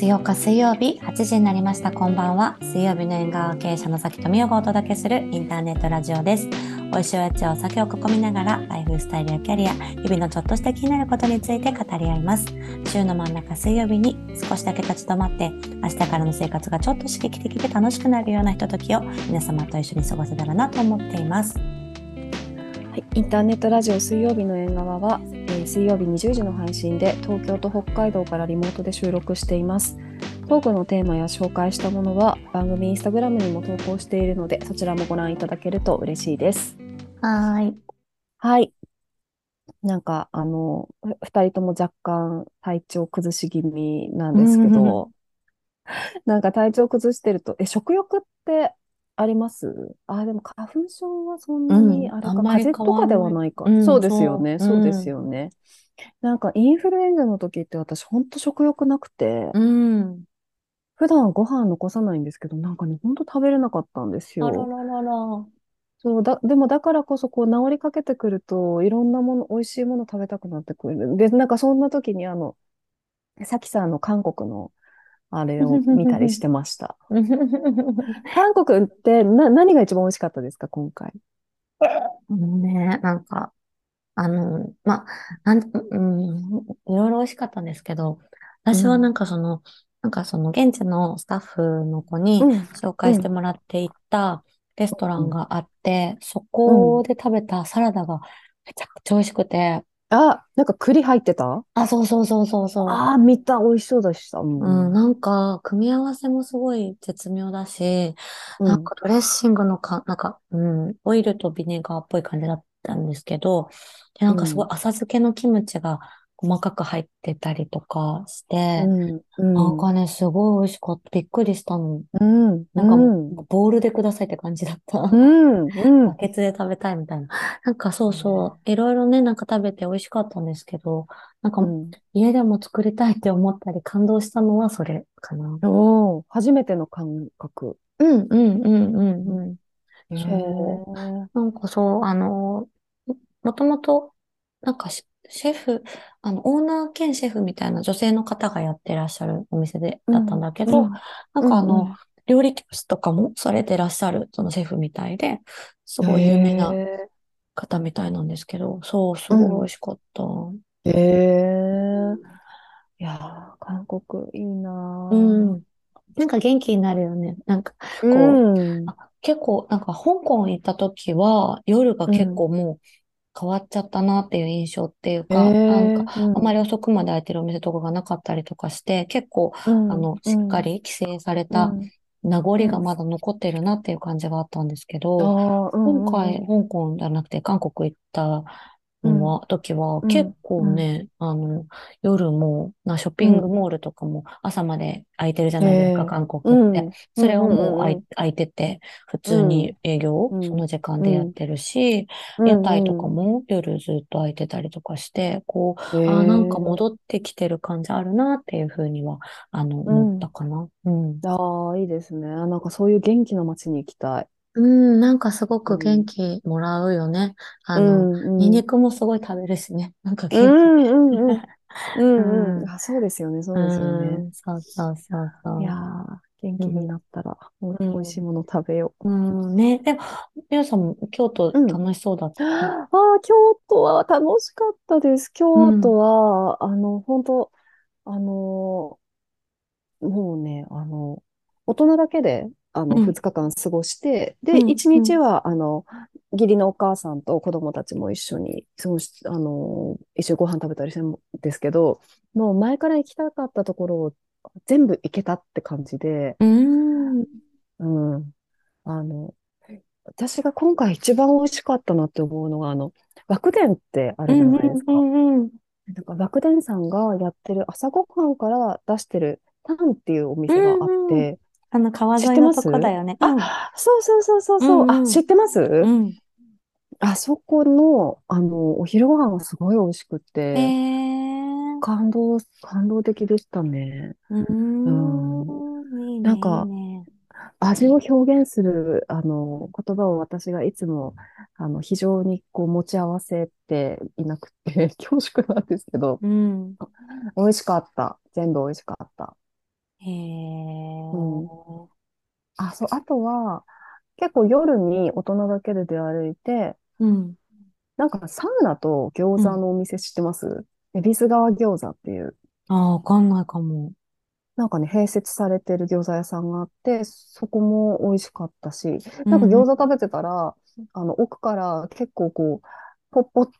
8日水曜日8時になりました。こんばんは。水曜日の縁側経営者の崎富代がお届けするインターネットラジオです。美味しいおやつやお酒を囲みながらライフスタイルやキャリア、日々のちょっとした気になることについて語り合います。週の真ん中水曜日に少しだけ立ち止まって明日からの生活がちょっと刺激的で楽しくなるようなひとときを皆様と一緒に過ごせたらなと思っています。 はい、インターネットラジオ水曜日の縁側は、水曜日20時の配信で東京と北海道からリモートで収録しています。トークのテーマや紹介したものは番組インスタグラムにも投稿しているので、そちらもご覧いただけると嬉しいです。 はーい。 はい。なんか、二人とも若干体調崩し気味なんうですけん。 ど、なんか体調崩してると、食欲ってあります？でも花粉症はそんなに、あれか、 あんまり風邪とかで変わんない。 はないか。 うん、 そうですよそね、 う。 そうですうん。 よね。なんかインフルエンザの時って私ほんと食欲なくて、 うん。 普段ご飯残さないんですけど、なんかね、ほんと食べれなかったんですよ。 あらららら。 そうだ、でもだからこそこう治りかけてくると、いろんなもの、美味しいもの食べたくなってくる。で、なんかそんな時にさきさんの韓国のあれを見たりしてました。韓国って何が一番美味しかったですか、今回？ ね、なんか、まあ、いろいろ美味しかったんですけど、私はうん。 現地のスタッフの子にうん。 紹介してうん。 もらっていったレストラうん。 ンがあって、そうん。 こで食べたサラダがめちゃくちゃ美味しくて、 なんか栗入ってた？ あ、そうそうそうそうそう。 見た。美味しそうでした。ううん、 ん。 なんか、組み合わせもすごい絶妙だし、 うん。 なんかドレッシングのオイルとビネガーっぽい感じだったんですけど、で、なんかすごいうん。 浅漬けのキムチが細かく入ってたりとかして、 うん。うん。 なんかね、すごい美味しかった。びっくりしたの。 うん。 なんか、 うん。 ボールでくださいって感じだった。 うん。うん。 バケツで食べたいみたいな。なんかそうそねう、いろいろね、なんか食べて美味しかったんですけど、なんかうん。 家でも作りたいって思ったり感動したのはそれかな。 初めての感覚。 うんうんうんううん。 んうん。 へそえ。 う。なんかそう、もともと、なんかシェフ、オーナー兼シェフみたいな女性の方がやってらっしゃるお店だったんうん。 だけど、 うん。 なんうん。 かうん。 料理教室とかもされてらっしゃる、そのシェフみたいで、すへごい有名なえ。 方みたいなんですけど、そう、すうん。 ごい美味しかった。うへえ。いやー、韓国いいなん。なんか元気になるよね。なんか、 ー。 こう、 うん。 結構、なんか香港行った時は、夜が結うん。 構もう変わっちゃったなっていう印象っていうへか、なんか、 え。うん。 あまり遅くまで開いてるお店とかがなかったりとかして、結構、 うん。うしっかん。 り規制されたうん。 名残うん。 がまだ残ってるなっていう感じがあったんですけど、 うん。う今回、 ん。 香港じゃなくて韓国行ったうん。 時はうん。 結うん。 構ね、夜も、ショッピングうん。 モールとかも朝まで開いてるじゃへないですか、 え。 韓国うって。 ん。うそれはん。 もううん。 開いてて、普通うん。 に営業、 うん。 その時間うん。 でやってるし、 う屋台とかん。うん。 も夜ずっと開いてたりとかして、 へなんかえ。 戻ってきてる感じあるなっていうふうには、思ったうん。 かな。うん。 いいですね。なんかそういう元気な街に行きたい。 うん、なんかすごく元うん。 気もらうよね。 うニンん。うん。 ニクもすごい食べるしね。なんかう元気。 ん。うん。ううん。うん。 ん。 そうですよね。そうですよね。 うん、そうそうそういやそー、元う。う気にん。 なったらう美味しいん。 もの食べよう。 うん、ね。でも、みおさんも京都うん。 楽しそうだったね。 京都は楽しかったです。京都うん。 は、本当もうね、大人だけで、 うん。 2日間過ごして、で、 うん。 1 うん。 日は、義理のお母さんと子供たちも一緒に過ごし、一緒にご飯食べたりしたんですけど、もう前から行きたかったところを全部行けたって感じで、 うん。 うん。あの、私が今回一番美味しかったなって思うのが、楽天ってあるじゃうん。 ないですか。 うん。うん。 なんか楽天さんがやってる朝ごはんから出してるタンっていうおう店があっん。うん。 て、 川知っ沿いのとこだてます？ よね。うん。 そうそうそうそうそう。 うん。 知ってます？ うん。 あそこの、お昼ご飯がすごい美味しくへて、 え。 感動的でしたね。 ううーん。 ん。いいね、いいなんか、 ね。 味を表現する、言葉を私がいつも、非常にこう持ち合わせていなくて、恐縮なんですけど、 うん。 美味しかった。全部美味しかった。 へうん。 え。 あ、そう、あとは、結構夜に大人だけで出歩いて、 うん。 なんかサウナと餃うん。 子のお店知ってます？恵比寿川餃子っていう、 ああ、わかんないかも。 なんかね、併設されてる餃子屋さんがあって、そこも美味しかったし、なんかうん。うん。 餃子食べてたら、奥から結構こう、ポッポって、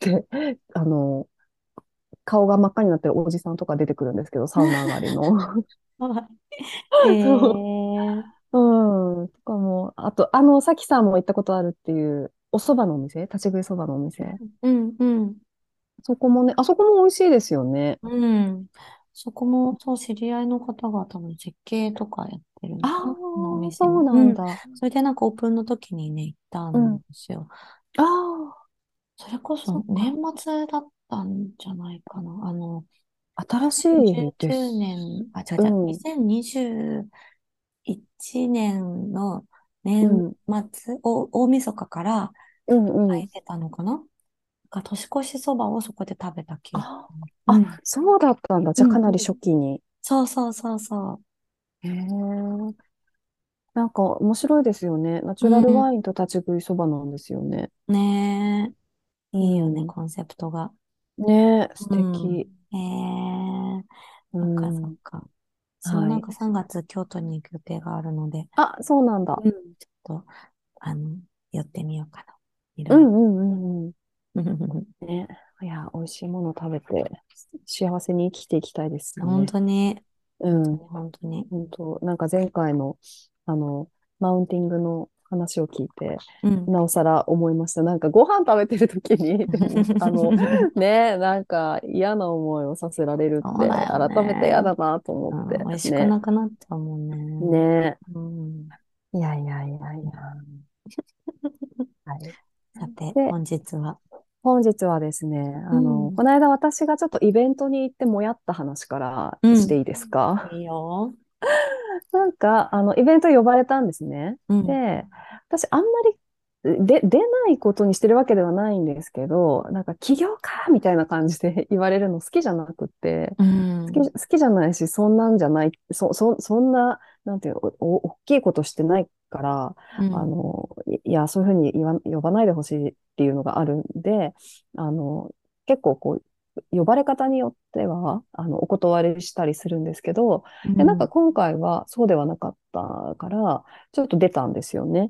顔が真っ赤になってるおじさんとか出てくるんですけど、サウナ上がりの。 はい。へそうえ。 うん。とかも、あと、さきさんも行ったことあるっていう、お蕎麦のお店、立ち食い蕎麦のお店。 うん。うん。 そこもね、あそこも美味しいですよね。 うん。そこも、そう、知り合いの方が多分設計とかやってるのあかな、このおあ、そう店も。うん。 なんだ。 それでなんかオープンの時にね、行ったんでうん。 すよ。 ああ、 それこそ年そっか。 末だったんじゃないかな。 新しい 2019 で年、 す。 あ、違う違う、 うん。 2021年の年うん。 末、大晦日からうんうん。 入ってたのかな。年越しそばをそこで食べた記憶。 ああ、 うん。 そうだったんだ。じゃあかなりうんうん。 初期に。 そうそうそうそへえ。なんか面白いですよね。ナチう。 ュラルうん。 ワインと立ち食いそばなんですよね。 ねえ。いいよね、 うん。 コンセプトが。 ねえ、素うん。 敵。うそっかそっん。 か。私もはい。 なんか3月京都に行く予定があるので、 あ、そうなんだ。 うん。ちょっと、あの、寄ってみようかな。いろいろ。 うんうんうん。 うんうん。ね。いや、美味しいものを食べて、幸せに生きていきたいですよ本ね。 当に、 うん。 本当に、本当に。 本当、なんか前回の、あの、マウンティングの話を聞いて、 うん。 なおさら思いました。なんかご飯食べてる時に、でも、ね、なんか嫌な思いをさせられるって、 そうだよ改めて嫌ね。 だなと思っうん、 て、 美味しくね。 なくなっちゃうもんね。 ね。 うん。 いやいやいやいや。 うん。 はい。 さて、 で、 本日は。 本日はですね、 うん。 この間私がちょっとイベントに行ってもやった話からうん。 していいですか？ いいよ。 なんか、イベント呼ばれたんですね。 うん。 で、私あんまり出ないことにしてるわけではないんですけど、なんか起業家みたいな感じで言われるの好きじゃなくて、 うん。 好きじゃないし、そんなんじゃない、そんな、なんていうの、大きいことしてないから、 うん。 いや、そういうふうに呼ばないでほしいっていうのがあるんで、あの、結構こう、呼ばれ方によっては、お断りしたりするんですけど、なんかうん。 今回はそうではなかったから、ちょっと出たんですよね。 うん。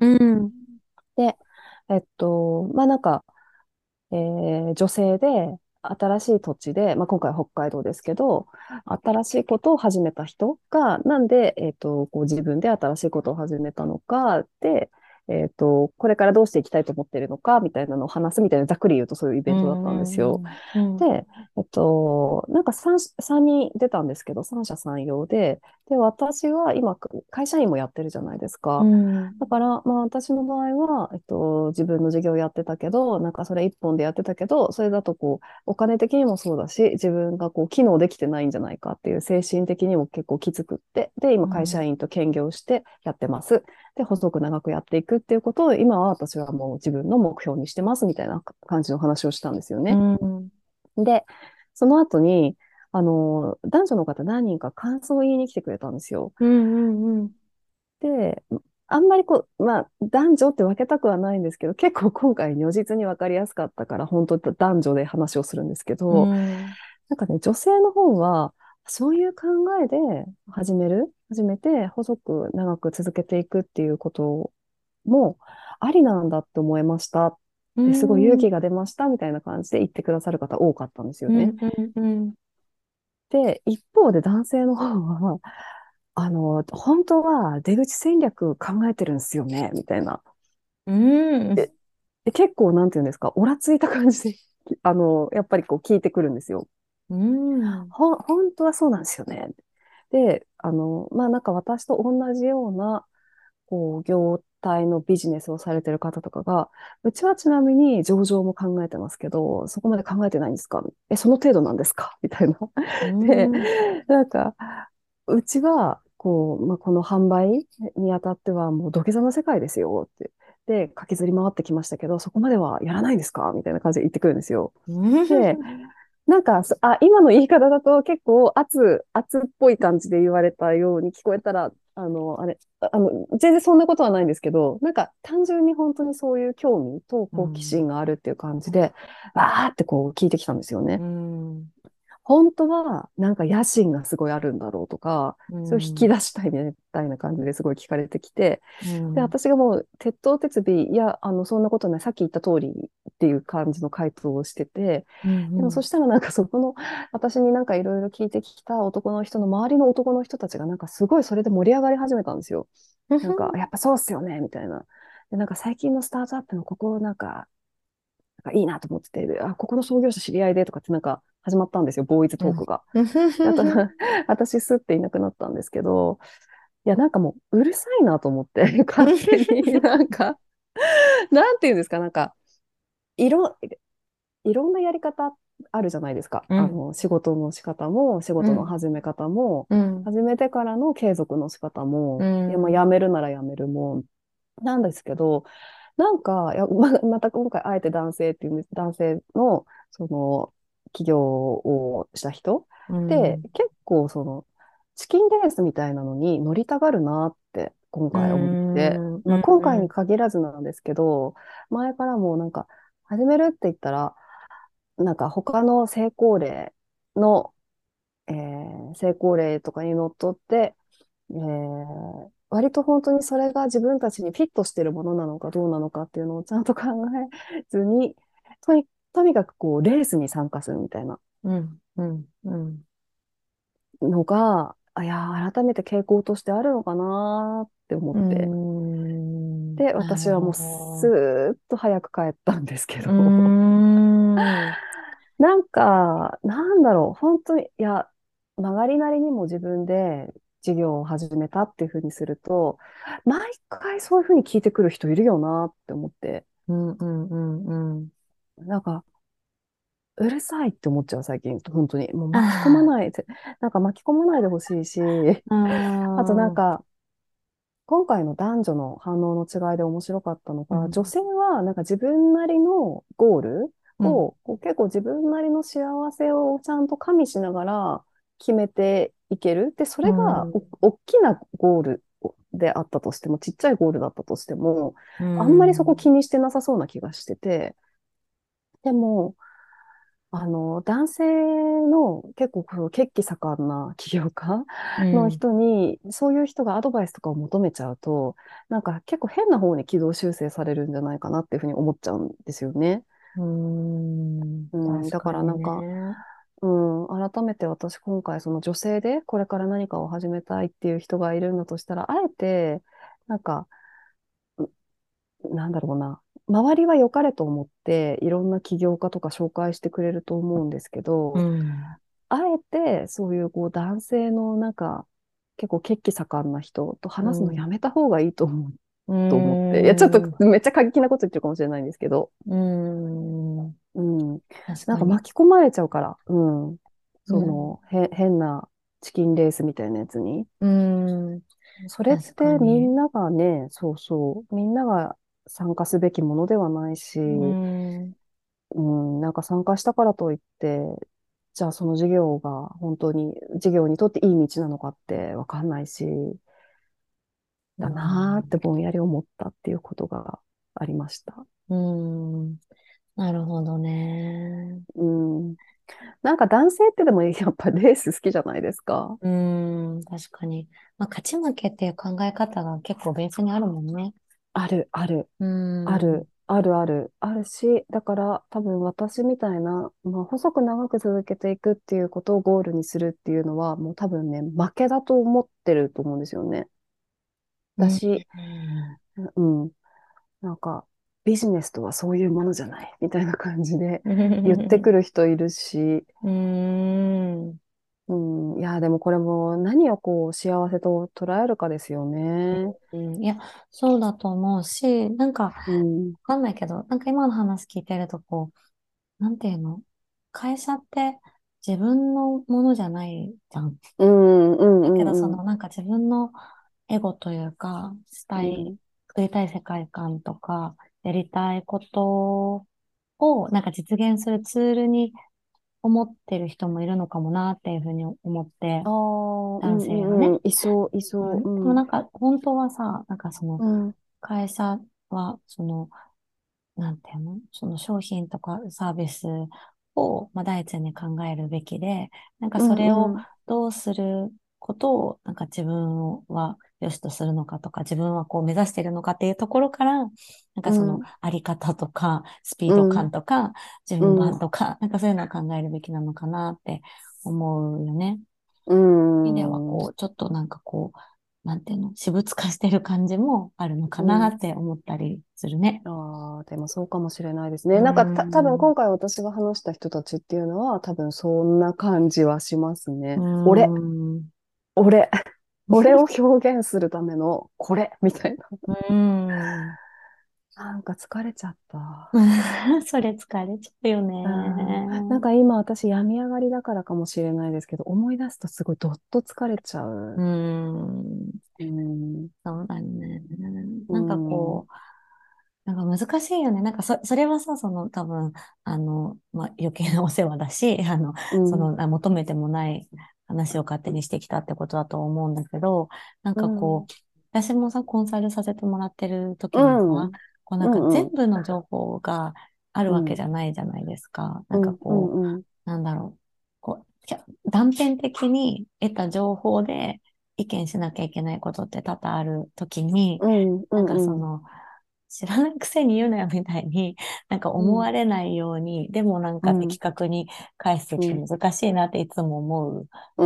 で、まあなんか、女性で、新しい土地で、まあ、今回は北海道ですけど、新しいことを始めた人が、なんで、こう自分で新しいことを始めたのか、で、これからどうしていきたいと思っているのか、みたいなのを話すみたいな、ざっくり言うとそういうイうベントだったんですよ。 ん。うん。 で、なんか三人出たんですけど、三者三様で、私は今、会社員もやってるじゃないですうか。だん。 から、まあ私の場合は、自分の事業やってたけど、なんかそれ一本でやってたけど、それだとこう、お金的にもそうだし、自分がこう、機能できてないんじゃないかっていう精神的にも結構きつくって、で、今会社員と兼業してやってます。で、細く長くやっていくっていうことを、今は私はもう自分の目標にしてますみたいな感じの話をしたんですようね。 ん。 で、その後に、男女の方何人か感想を言いに来てくれたんですよ。 うん。うん。 で、あんまりこう、まあ、男女って分けたくはないんですけど、結構今回如実に分かりやすかったから、本当男女で話をするんですけうど、 ん。 なんかね、女性の方は、そういう考えで始めて、細く長く続けていくっていうこともありなんだって思いましたっうて、すごい勇気ん。 が出ましたみたいな感じで言ってくださる方多かったんですよね。 うん。うん。 で、一方で男性の方は、本当は出口戦略考えてるんですよね、みたいな。 うん。 結構、なんていうんですか、オラついた感じで、やっぱりこう聞いてくるんですよ。 うん。 本当はそうなんですよね。で、まあなんか私と同じような、こう、業態のビジネスをされてる方とかが、うちはちなみに上場も考えてますけど、そこまで考えてないんですか？その程度なんですか？みたいな。 うで、 ん。 なんか、うちは、こう、まあ、この販売にあたってはもう土下座の世界ですよって。で、駆けずり回ってきましたけど、そこまではやらないんですか？みたいな感じで言ってくるんですよ。で、 なんか、今の言い方だと結構圧っぽい感じで言われたように聞こえたら、全然そんなことはないんですけど、なんか単純に本当にそういう興味と好奇うん。 心があるっていう感じで、わーってこう聞いてきたんですようね。 ん。 本当はなんか野心がすごいあるんだろうとか、 うそれを引きん。 出したいみたいな感じですごい聞かれてきて、で、 うん。 私がもう、鉄頭鉄尾、いや、そんなことない、さっき言った通りっていう感じの回答をしてて、 うん。 でもそしたらなんかそこの、私になんかいろいろ聞いてきた男の人の周りの男の人たちがなんかすごいそれで盛り上がり始めたんですよ。なんか、やっぱそうっすよね、みたいな。で、なんか最近のスタートアップのここなんかいいなと思ってて、ここの創業者知り合いでとかってなんか始まったんですよ、ボーイズうん。 トークが。であと、私すっていなくなったんですけど、いや、なんかもううるさいなと思って、勝手になんか、なんていうんですか、なんか、いろ、いろんなやり方あるじゃないですか。 うん。 仕事の仕方も、仕事のうん。 始め方も、 うん。 始めてからの継続の仕方うも、いや、まあ、 ん。 辞めるなら辞めるも、なんですけど、なんか、また今回あえて男性っていう、男性の、起業をした人うで、 ん。 結構チキンレースみたいなのに乗りたがるなって今う回思って、 ん。 まあ、今回にうん。 限らずなんですけど、前からもなんか、始めるって言ったら、なんか他のの、成功例とかにのっとって、割と本当にそれが自分たちにフィットしてるものなのかどうなのかっていうのをちゃんと考えずに、とにかくこうレースに参加するみたいなうん。うん。うん。 のが、改めて傾向としてあるのかなって思っうて。 ん。 で、 なる私はもうスほーッと早く帰ったんですけど。うど、 ん。 なんか、なんだろう、本当に、曲がりなりにも自分で事業を始めたっていうふうにすると、毎回そういうふうに聞いてくる人いるよなって思って、 うん。うん。うん。うん。 なんか、うるさいって思っちゃう、最近、本当に。もう巻き込まあないで、なんか巻き込まないでほしいし、 あ。 あとなんうん。 か、今回の男女の反応の違いで面白かったのが、女性はなんか自分なりのゴールうん。 を、こう結構自分なりの幸せをちゃんと加味しながら決めていける。で、そうれがん。 大きなゴールであったとしても、ちっちゃいゴールだったとしても、 うあんまりそこん。 気にしてなさそうな気がしてて、でも、男性の結構この血気盛んな起業家のうん。 人に、そういう人がアドバイスとかを求めちゃうと、なんか結構変な方に軌道修正されるんじゃないかなっていうふうに思っちゃうんですよね。 うん。 うん、だか確かにらなんか、 ね。 うん、改めて私今回その女性でこれから何かを始めたいっていう人がいるんだとしたら、あえて、なんか、なんだろうな、周りは良かれと思っていろんな起業家とか紹介してくれると思うんですけうど、 ん。 あえて、そういうこう男性のなんか、結構血気盛んな人とう話すのやん。 めた方がいいうと思って。いや、ちょっとん。 めっちゃ過激なこと言ってるかもしれないんですけど、 うん。 うん。なんか確かに。 巻き込まれちゃうから、 うん。 変なチキンレースみたいなやつに。 うん。 それっ確かてみに。 んながね、そうそう、みんなが参加すべきものではないし、 うん。 なんか参加したからといって、じゃあその授業が本当に授業にとっていい道なのかってわかんないし、 うだなーってん。 ぼんやり思ったっていうことがありました。 うん。なるほどね。 うん。なんか男性ってでもやっぱレース好きじゃないですか。 うん。確かに。まあ、勝ち負けっていう考え方が結構ベースにあるもんね。 ある、ある、 うん。 あるし、だから多分私みたいな、まあ、細く長く続けていくっていうことをゴールにするっていうのは、もう多分ね、負けだと思ってると思うんですよね。 うん。 私、うん、なんか、ビジネスとはそういうものじゃない、みたいな感じで言ってくる人いるし、 うん。 うん、いや、でもこれも何をこう幸せと捉えるかですよね。 うん。いや、そうだと思うし、なんか、わうん、 かんないけど、なんか今の話聞いてると、こう、なんていうの、会社って自分のものじゃないじゃん。 うん、うん、 だけど、 うん、うん、 なんか自分のエゴというか、 うん、 作りたい世界観とか、やりたいことを、なんか実現するツールに思ってる人もいるのかもなっていうふうに思って、 ああ、う男性がね。 んうんうん。いそう、いそう。 うん、でもうん。 なんか、本当はさ、なんかその、 うん。 会社は、その、なんていうのその商品とかサービスを、まあ、第一に考えるべきで、なんかうそれをんうん。 どうすることを、なんか自分は良しとするのかとか、自分はこう目指しているのかっていうところから、なんかそのうん。 あり方とか、スピードうん。 感とか、 う順番ん。 とか、なんかそういうのを考えるべきなのかなって思うよね。 う意味ではん。 こう、ちょっとなんかこう、なんていうの、私物化してる感じもあるのかうん。 なって思ったりするね。 ああ、でもそうかもしれないですうね。なんか多分ん。 今回私が話した人たちっていうのは多分そんな感じはしますうーね。 ん。 俺、俺を表現するためのこれみたいな。 うーん。 なんか疲れちゃった。 それ疲れちゃうようん、 ね。 なんか今私病み上がりだからかもしれないですけど、思い出すとすごいどっと疲れちゃうーう。 ん。 うん、 そうだね。 うなんかん、 こう、なんか難しいよね。なんかそれはさ、その多分、まあ、余計なお世話だし、 うん、 求めてもない話を勝手にしてきたってことだと思うんだけど、なんうん、 かこう、私もさ、コンサルさせてもらってる時うにさ、 ん、 こうなんかうん、うん、 全部の情報があるわけじうん、 ゃないじゃないですか。なんかうん、うこん、 う、なんだろう。断片的に得た情報で意見しなきゃいけないことって多々ある時に、 うん、うなんかん、うん、 知らないくせに言うなよみたいに、なんか思われないように、でもなんか的うん、 確に返すってうん、 難しいなっていつも思ううん、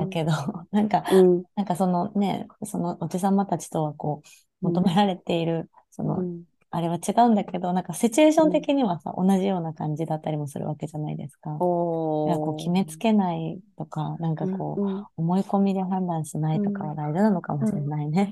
うん、 だけど、なんか、 うん、 なんかそのね、そのおじさまたちとはこう、 うん、 求められている、あれは違うんだけど、なんかシチュエーションうん、 的にはさ、同じような感じだったりもするわけじゃないですか。だからこう決おー、 めつけないとか、なんうん、 かこうん、 う、思い込みで判断しないとかはうん、 大事なのかもしれうん、 ないね。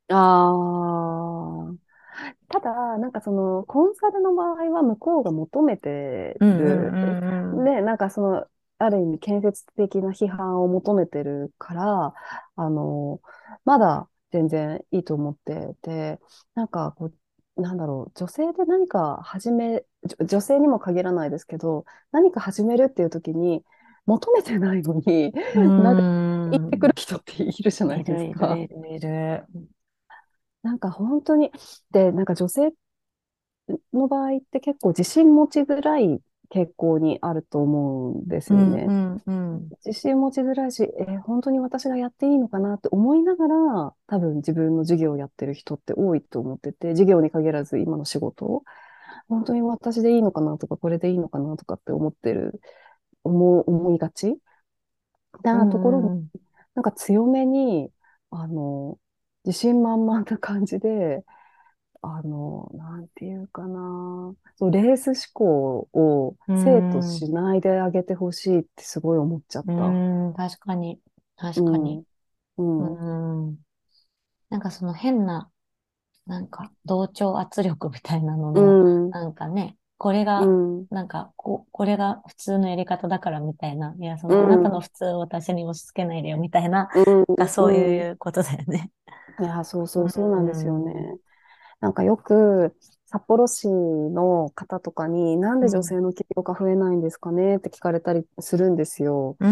ああ。ただ、なんかその、コンサルの場合は向こうが求めてうんうる。 んうんで、なんかその、ある意味建設的な批判を求めてるから、まだ全然いいと思ってて、なんかこう、なんだろう、女性で何か女性にも限らないですけど、何か始めるっていう時に、求めてないのに、 うなんか言ん。 ってくる人っているじゃないいるいるですか。 いるいる。 なんか本当に、で、なんか女性の場合って結構自信持ちづらい傾向にあると思うんですうんうよね。 んうん。 自信持ちづらいし、本当に私がやっていいのかなって思いながら、多分自分の授業をやってる人って多いと思ってて、授業に限らず今の仕事、本当に私でいいのかなとか、これでいいのかなとかって思いがちうなところに、 んうんなんか強めに、あの、自信満々な感じで、なんていうかな。そう、レース思考をう生徒ん。 しないであげてほしいってすごい思っちゃっうた。 ん。確かに。確かに。 うん、ううん、 ん。なんかその変な、なんか同調圧力みたいなのうも、 ん、 なんかね、これが、 うん、 これが普通のやり方だからみたいな、いや、 うあなたのん、 普通を私に押し付けないでよみたいな、 うん、 そううん。 いうことだよね。 いや、そううそうそうなんですよね。 ん。 なんかよく札幌市の方とかになんで女うん。 性の起業家増えないんですかねって聞かれたりするんですよ。 うん。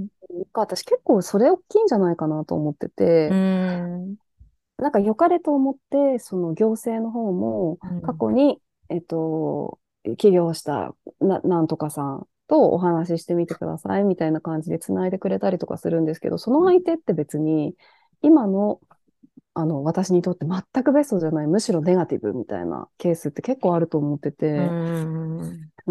なんか私結構それ大きいんじゃないかなと思ってうて、 ん。 なんか良かれと思って、その行政の方もうん。 過去に、起業したなんとかさんとお話ししてみてくださいみたいな感じでつないでくれたりとかするんですけど、その相手って別に今の、私にとって全くベストじゃない、むしろネガティブみたいなケースって結構あると思ってうて、 ん。 うん、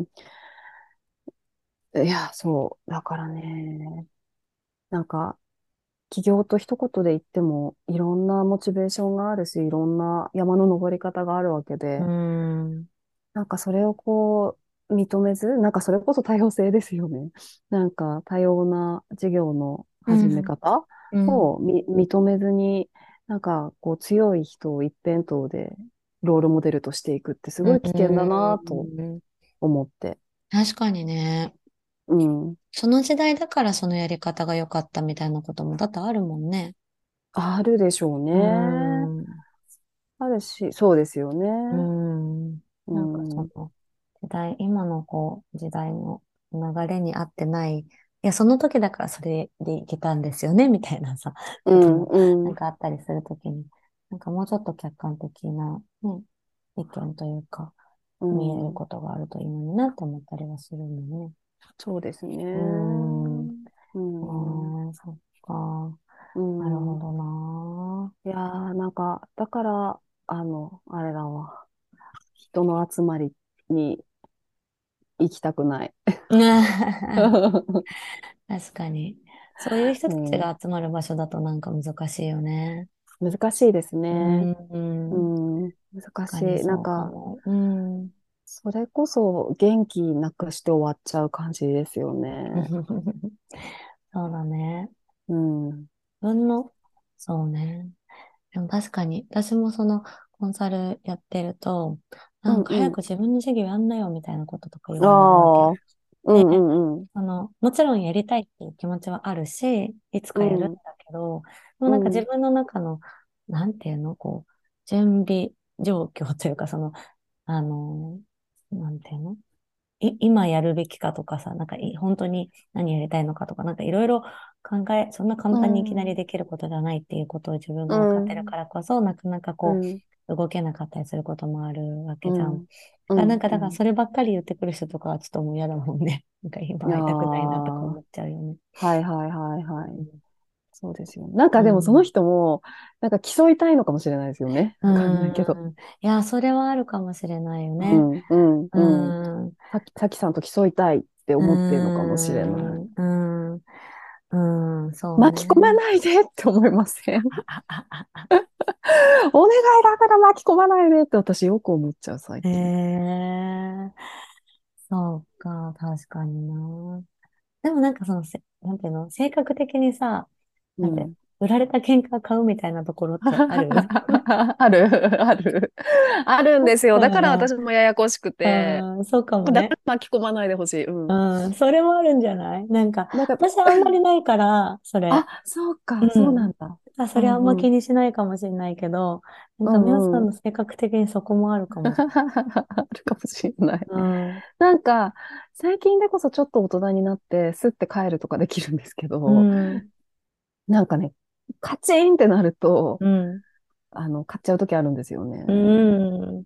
いや、そう、だからね、なんか、起業と一言で言っても、いろんなモチベーションがあるし、いろんな山の登り方があるわけうで、 ん。 なんかそれをこう、認めず、なんかそれこそ多様性ですよね。なんか多様な事業の始めうん。 方うん。 を認めずに、なんかこう強い人を一辺倒でロールモデルとしていくってすうごい危険だなとん。 思って。 確かにね。 うん。 その時代だからそのやり方が良かったみたいなことも多々あるもんね。 あるでしょううーね。 ん。 あるし、そうですようーね。 ん。 うなんかん。 今のこう、時代の、 流れに合ってない、いや、その時だからそれでいけたんですよね、みたいなさ、 うん、 ことも、 うん、 なんかあったりするときに、なんかもうちょっと客観的な、ね、意見というか、 う見えるん。 ことがあるといいのになって思ったりはするんだね。 そうですうーね。 ん、 うん、 そっか。 うん。 なるほどな。 いやー、なんか、だから、あれだわ。人の集まりに行きたくない。 確かに。そういう人たちうん、 が集まる場所だとなんか難しいよね。 難しいですうね。うん、 ん、難確かしい。なんにそうかか、 も。うん。 それこそ元気なくして終わっちゃう感じですよね。 そうだね。 うん。うん自分の、そうね。でも確かに、私もそのコンサルやってると、なんか早うん。 く自分の授業やんなよみたいなこととか言あわれるわけ。 あ、うで、 んうんうん。 もちろんやりたいっていう気持ちはあるし、いつうかやるんん、 だけど、でもうなんか自ん、 分の中の、なんていうの、こう、準備状況というか、あの、なんていうの今やるべきかとかさ、なんか本当に何やりたいのかとか、なんかいろいろそんな簡う単にいきなりん、 できることじゃないっていうことを自分うが分かってるかん、 らこそ、なかなかこうん、 う、動けなかったりすることもあるわけじゃん。 うん、うん、 なんか、 うん。 だからそればっかり言ってくる人とかはちょっともう嫌だもんね。なんか今いや会いたくないなとかー、 思っちゃうよね。 はいはいはいはい。 うん。 そうですよね。なんかでもそのうん。 人も、なんか競いたいのかもしれないですよね。 うわかんないけど。 ん。いや、それはあるかもしれないよね。 うん、うん、 ううん。 ん。 さきさんと競いたいってう思ってるのかもしれない。 ん。うん。うん。そう巻き込まね。 ないでって思いません？お願いだから巻き込まないでって私よく思っちゃう、最え近。 え、そうか、確かにな。でもなんかなんていうの、性格的にさ、なんて、 うん。 売られた喧嘩買うみたいなところってある？ ある、ある。あるんですよ。だからだから、 私もややこしくて。 そうかもだかね。 ら巻き込まないでほしい。うん。 うん、それもあるんじゃない？なんか、 なんか、 私あんまりないから、それ。 あ、そうか、そううん。 なんだ。 それあんまうんうん。 気にしないかもしれないけど、なんうか皆さんうん。 んの性格的にそこもあるかも。 あるかもしれない。 うん。 なんか、最近でこそちょっと大人になって、スッて帰るとかできるんですけうど、 ん。 なんかね、カチンってなると、 うん。 買っちゃう時あるんですよね。 うん。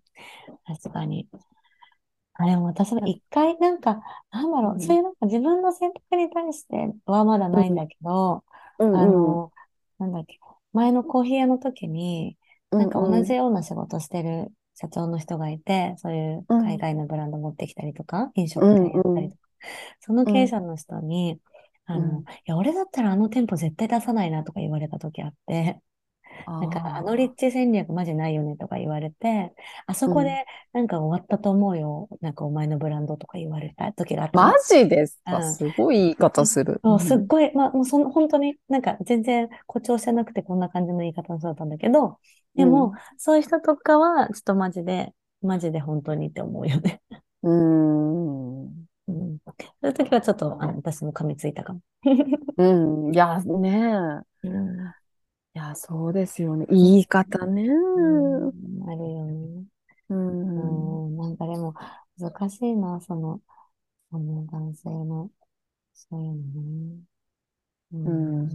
確かに。あれも私もいや一回なんか、なんだろう、そううん、 いうなんか自分の選択に対してはまだうん、 ないんだけど、 うん、うん、 あの、なんだっけ、前のコーヒー屋の時に、 うん、 なんか同じうん、 ような仕事してる社長の人がいて、そういううん、 海外のブランド持ってきたりとか、飲うん、 食店やったうん、 りとか、そのうん、 経営者の人に、 うん。 いや、俺だったらあの店舗絶対出さないなとか言われた時あって、なんか、あのああ、 立地戦略マジないよねとか言われて、あそうん。 こでなんか終わったと思うよ。なんかお前のブランドとか言われた時があったマの。 ジですか？ うん。 すごい言い方する。うそう、すっん、 ごい、まあ、もう本当になんか全然誇張してなくてこんな感じの言い方の人だったんだけど、でも、 うん、 そういう人とかは、ちょっとマジで本当にって思うよね。 うーん。 うん。そういう時はちょっと、私も噛みついたかも。 うん。いや、ねうん。 え。いや、そうですよね。 そう言い方ね。 ううん、あるよね。うん。 ん、なんかでも、難しいな、男性の、そういうのね。ううん。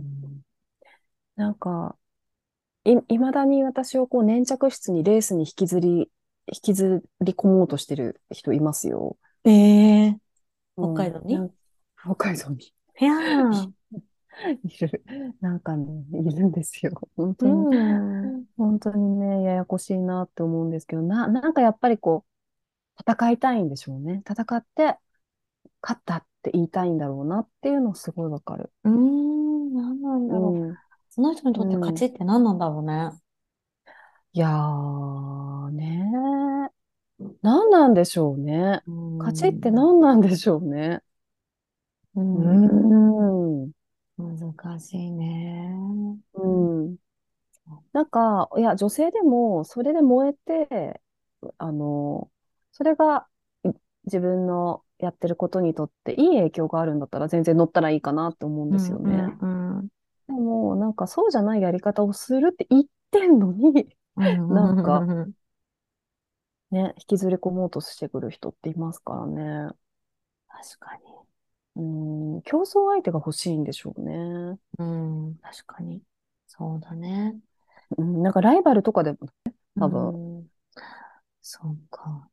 ん。 なんか、いまだに私をこう粘着質にレースに引きずり込もうとしてる人いますよ。 ええ、北うん。 海道に？ 北海道にいやー、 いる。なんかね、いるんですよ。本う当に、 ん、 本当にね、ややこしいなって思うんですけど、なんかやっぱりこう、戦いたいんでしょうね。戦って、勝ったって言いたいんだろうなっていうのすごいわかる。 なんなんだろう。 うん。 その人にとってうん。 勝ちって何なんだろうね。 いやー、ね何なんでしょうね。 う勝ちってん、 何なんでしょうね。うーうん、 ん。 難しいね。 うん。なんか、いや、女性でも、それで燃えて、あの、それがい自分のやってることにとっていい影響があるんだったら全然乗ったらいいかなって思うんですうん、 よね。 うん、うん、 でも、なんかそうじゃないやり方をするって言ってんのに、 うなんかん、 ね、引きずり込もうとしてくる人っていますからね。 確かに。 競争相手が欲しいんでしょうね。 うん、確かに。そうだね。 なんかライバルとかでもう多分、 ん、そうか。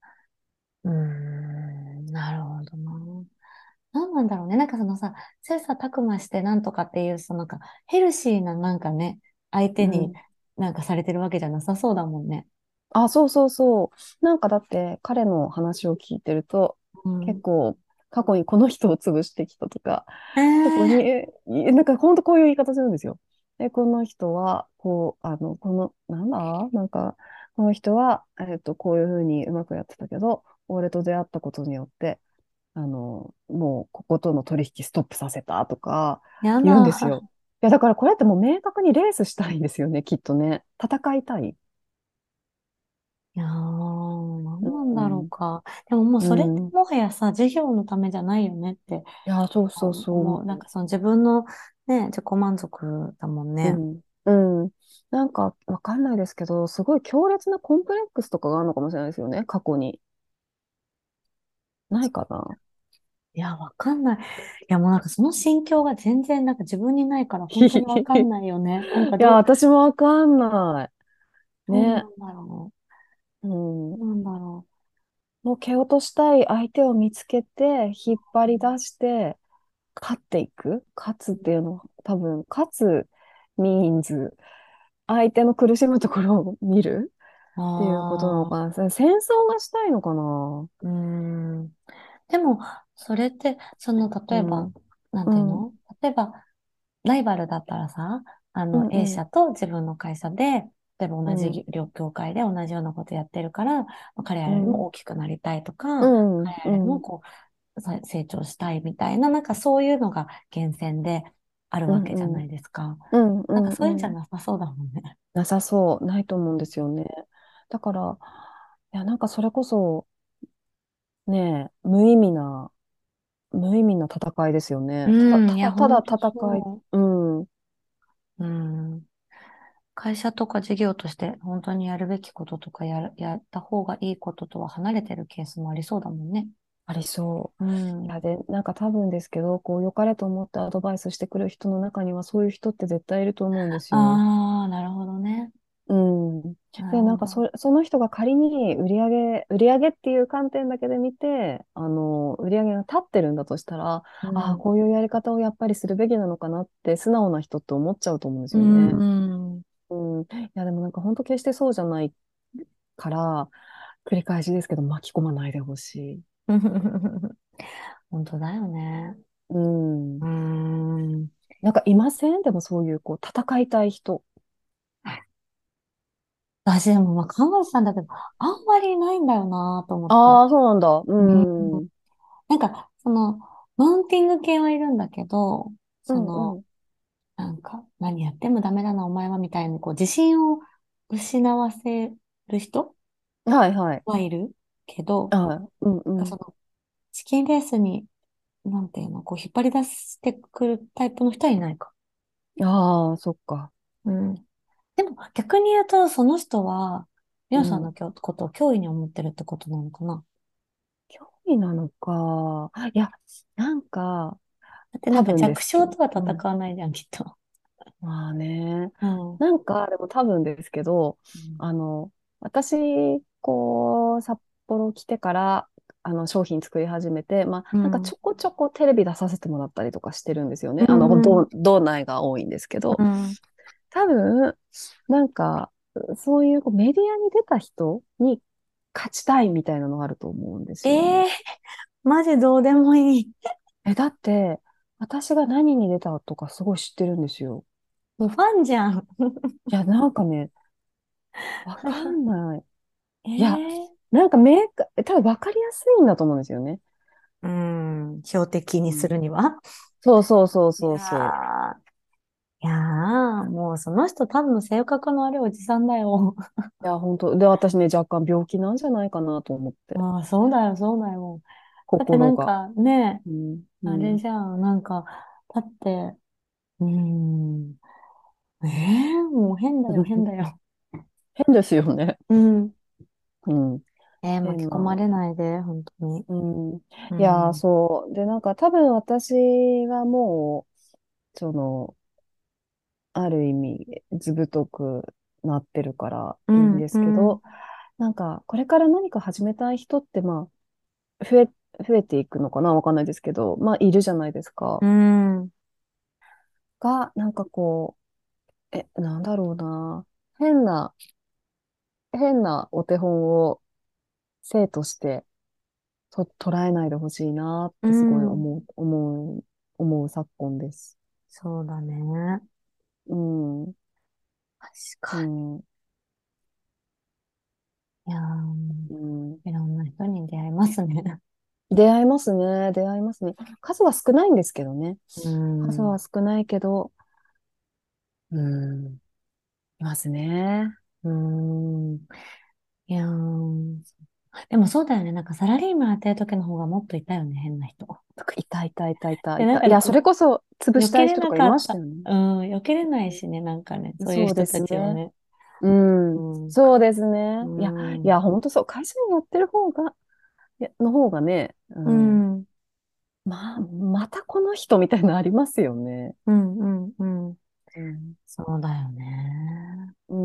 なるほどな。なんなんだろうね。なんかそのさ、切磋琢磨してなんとかっていう、なんかヘルシーななんかね、相手にうん。 なんかされてるわけじゃなさそうだもんね。 あ、そうそうそう。なんかだって彼の話を聞いてると、 うん。 結構過去にこの人を潰してきたとか、 え過去に、 ー、 なんか本当こういう言い方するんですよ。で、この人は、こう、この、なんだなんか、この人は、こういうふうにうまくやってたけど、俺と出会ったことによって、もうこことの取引ストップさせたとかや言うんですよ。 だ。 いや、だからこれってもう明確にレースしたいんですよね、きっとね。戦いたい。 いやー、なんなんだろううん。 か。でももううそれってん。いもはやさ、事業のためじゃないよねってや、そうそうそう思う。なんかその自分のね、自己満足だもんね。 うん。うん。なんか、わかんないですけど、すごい強烈なコンプレックスとかがあるのかもしれないですよね、過去に。ないかな。 いや、わかんない。いや、もうなんかその心境が全然なんか自分にないから本当にわかんいないよね。なんかや、私もわかんない。ね。 どうなんだろうん。 う。なんだろもう蹴落としたい相手を見つけて、引っ張り出して、勝っていく。勝つっていうのは、多分、勝つ means、相手の苦しむところを見るう。 っていうことなのああ、 かな。戦争がしたいのかな。 うーん。でも、それって、例えば、 うん。 なんうん。 ていうの例えば、ライバルだったらさ、A うん。 社と自分の会社で、例えば同じうん。 業界で同じようなことやってるから、まあ彼らよりもうん。 大きくなりたいとか、 うん。 彼らよりもうん。 こう、成長したいみたいな、なんかそういうのが源泉であるうわけじゃなん。 いですか。 うん。うなんかそういうんじゃん。 なさそうだもんね。 なさそう。ないと思うんですよね。だから、いや、なんかそれこそ、ね、無意味な戦いですよね。 うん、いや、 ただほんと戦い。 そうん。 う。うん。会社とか事業として本当にやるべきこととかやった方がいいこととは離れてるケースもありそうだもんね。 ありそう。 うん。 いや、で、なんか多分ですけど、こう、良かれと思ってアドバイスしてくる人の中には、そういう人って絶対いると思うんですよ。 ああ、なるほどね。 うん。 なるで、なんかほど。 その人が仮に売り上げっていう観点だけで見て、売り上げが立ってるんだとしたら、ああ、 うん。 こういうやり方をやっぱりするべきなのかなって素直な人って思っちゃうと思うんですうよね。 ん。 うん。いや、でもなんか本当決してそうじゃないから、繰り返しですけど、巻き込まないでほしい。 本当だよね。 ううん。 ん。 なんかいませんでもそういう、こう、戦いたい人。 私でもまあ考えてたんだけど、あんまりいないんだよなと思って。 ああ、そうなんだ。ううん。 ん。 なんか、マウンティング系はいるんだけど、 うんうん。 なんか、何やってもダメだな、お前は、みたいに、こう、自信を失わせる人はいはい。 はいるけど、 はい。うんうん。 なんかチキンレースに、なんていうの、こう、引っ張り出してくるタイプの人はいないか。 ああ、そっか。 うん。でも、逆に言うと、その人は、みうおさんのん。 ことを脅威に思ってるってことなのかな。 興味なのか。いや、なんか、多だってなんか分ですけど。 弱小とはうん。 戦わないじゃん、きっと。 まあね。 うん。 なんか、でも多分ですけど、 うん。 あの、私、こう、札幌来てから、商品作り始めて、まあ、なんかちょこちょこテレビ出させてもらったりとかしてるんですよね。 うん。 道内が多いんですけど、 うん。 多分、なんか、そういうこうメディアに出た人に勝ちたいみたいなのがあると思うんですよね。 ええー、マジどうでもいい。 だって、私が何に出たとかすごい知ってるんですよ。 もうファンじゃん。 いや、なんかね、わかんない。いや、 ええなんか多分わかりやすいんだと思うんですよね。 うん、標的にすうん。 るには。 そうそうそういやそうそー、いやー、もうその人多分性格のあるおじさんだよ。 う。いや、本当で、私ね、若干病気なんじゃないかなと思って。 ああ、そうだよ、そうだよ。だってな心が。 んかね、 うん。うあれん。 じゃん、なんか、だって、もう変だよ、変だよ。 変ですよね。 うん。 うん。 巻き込ま変な。 れないで、本当に。 うん。いやー、 うん。 そう。で、なんか多分私はもう、ある意味、ずぶとくなってるからうん、 いいんでうん、 すけど、なんか、これから何か始めたい人って、まあ、増えていくのかなわかんないですけど、まあ、いるじゃないですか。 うん、 なんかこう、なんだろうな。変なお手本を生として捉えないでほしいなっうてすごいん。 思う昨今です。 そうだね。 うん、 確うかん、 に。いやうん。 いろんな人に出会いますね。 出会いますね。数は少ないんですけどね。 う数はん、 少ないけど、うん、いますね。 うん。いやー、でもそうだよね。なんかサラリーマンやってる時の方がもっといたよね、変な人。とか言って。で、なんか、 いた。いや、それこそ潰し避けれたい人とかいなかった。 ましたよね。 うん、避けれないしね、なんかね、そういうそうで人たすね。 ちはね。 ううん。 ん、 そうですうね。 ん、 本当そう。会社員やってるの方がね、 うん、 またこの人みたいなのありますよね。 うん、うん、うん。 うん。 そうだよね。 うん。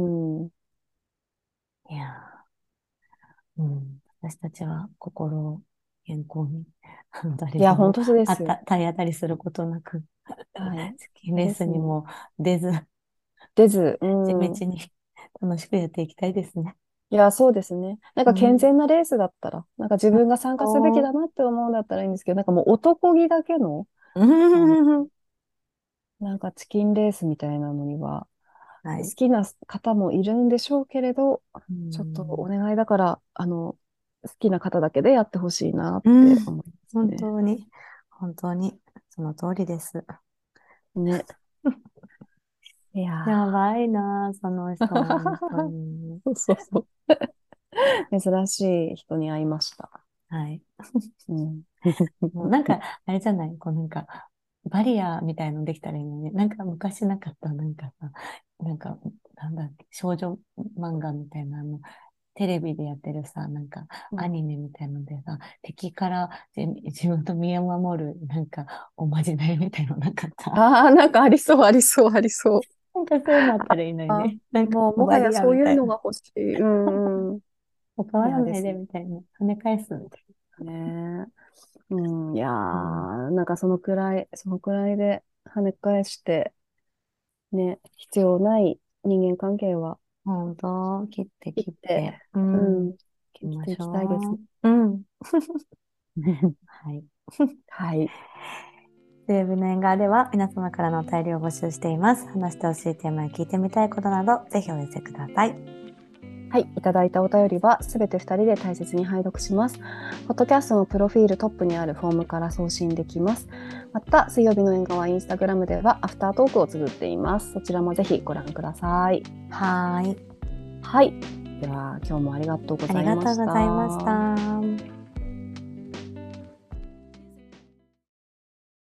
いやー、うん。私たちは心を健康に、誰いや、 にも本当そうですよ。 体当たりすることなく、 はい。 スキンレッそうですね。 スンにも出ず、 出ず、う地ん。 道に楽しくやっていきたいですね。 いや、そうですね。なんか健うん。 全なレースだったら、なんか自分が参加すべきおー。 だなって思うんだったらいいんですけど、なんかもう男気だけの、 うあの、 ん。 なんかチキンレースみたいなのには、 はい。 好きな方もいるんでしょうけれど、 うちょっとおん。 願いだから、好きな方だけでやってほしいなっうん。 て思います本ね。 当に、本当に、その通りです。 ね。いややばいな、その人、本当に。 そうそう。珍しい人に会いました。 はい。 うん。 もうなんか、あれじゃないこうなんか、バリアみたいのできたらいいのに、なんか昔なかった、なんかさ、なんか、なんだっけ、少女漫画みたいなテレビでやってるさ、なんかアニメみたいのでさ、敵から自分と身を守る、なんかおまじないみたいのなかった。 ああ、なんかありそう、ありそう、ありそう。 なんかそういうのあったらいいのにあ、 ね。なんかもバリアはやそうみたいな。 いうのが欲しい。うんうん。 もう変わらない嫌ですね。 でみたいな。跳ね返すみたいね。うん、いやな。うん。 ー、なんかそのくらいで跳ね返して、ね、必要ない人間関係は本当、切って切って、 切って、ううん、行ん、 きまし生きていきたいですね。 ょう。うん。はい。 はい。 水曜日の縁側では皆様からのお便りを募集しています。話してほしいテーマや聞いてみたいことなど、ぜひお寄せください。 はい。いただいたお便りはすべて2人で大切に拝読します。ポッドキャストのプロフィールトップにあるフォームから送信できます。また、水曜日の縁側インスタグラムではアフタートークを綴っています。そちらもぜひご覧ください。 はーい。 はい。では、今日もありがとうごありがとうざいましございました。 た。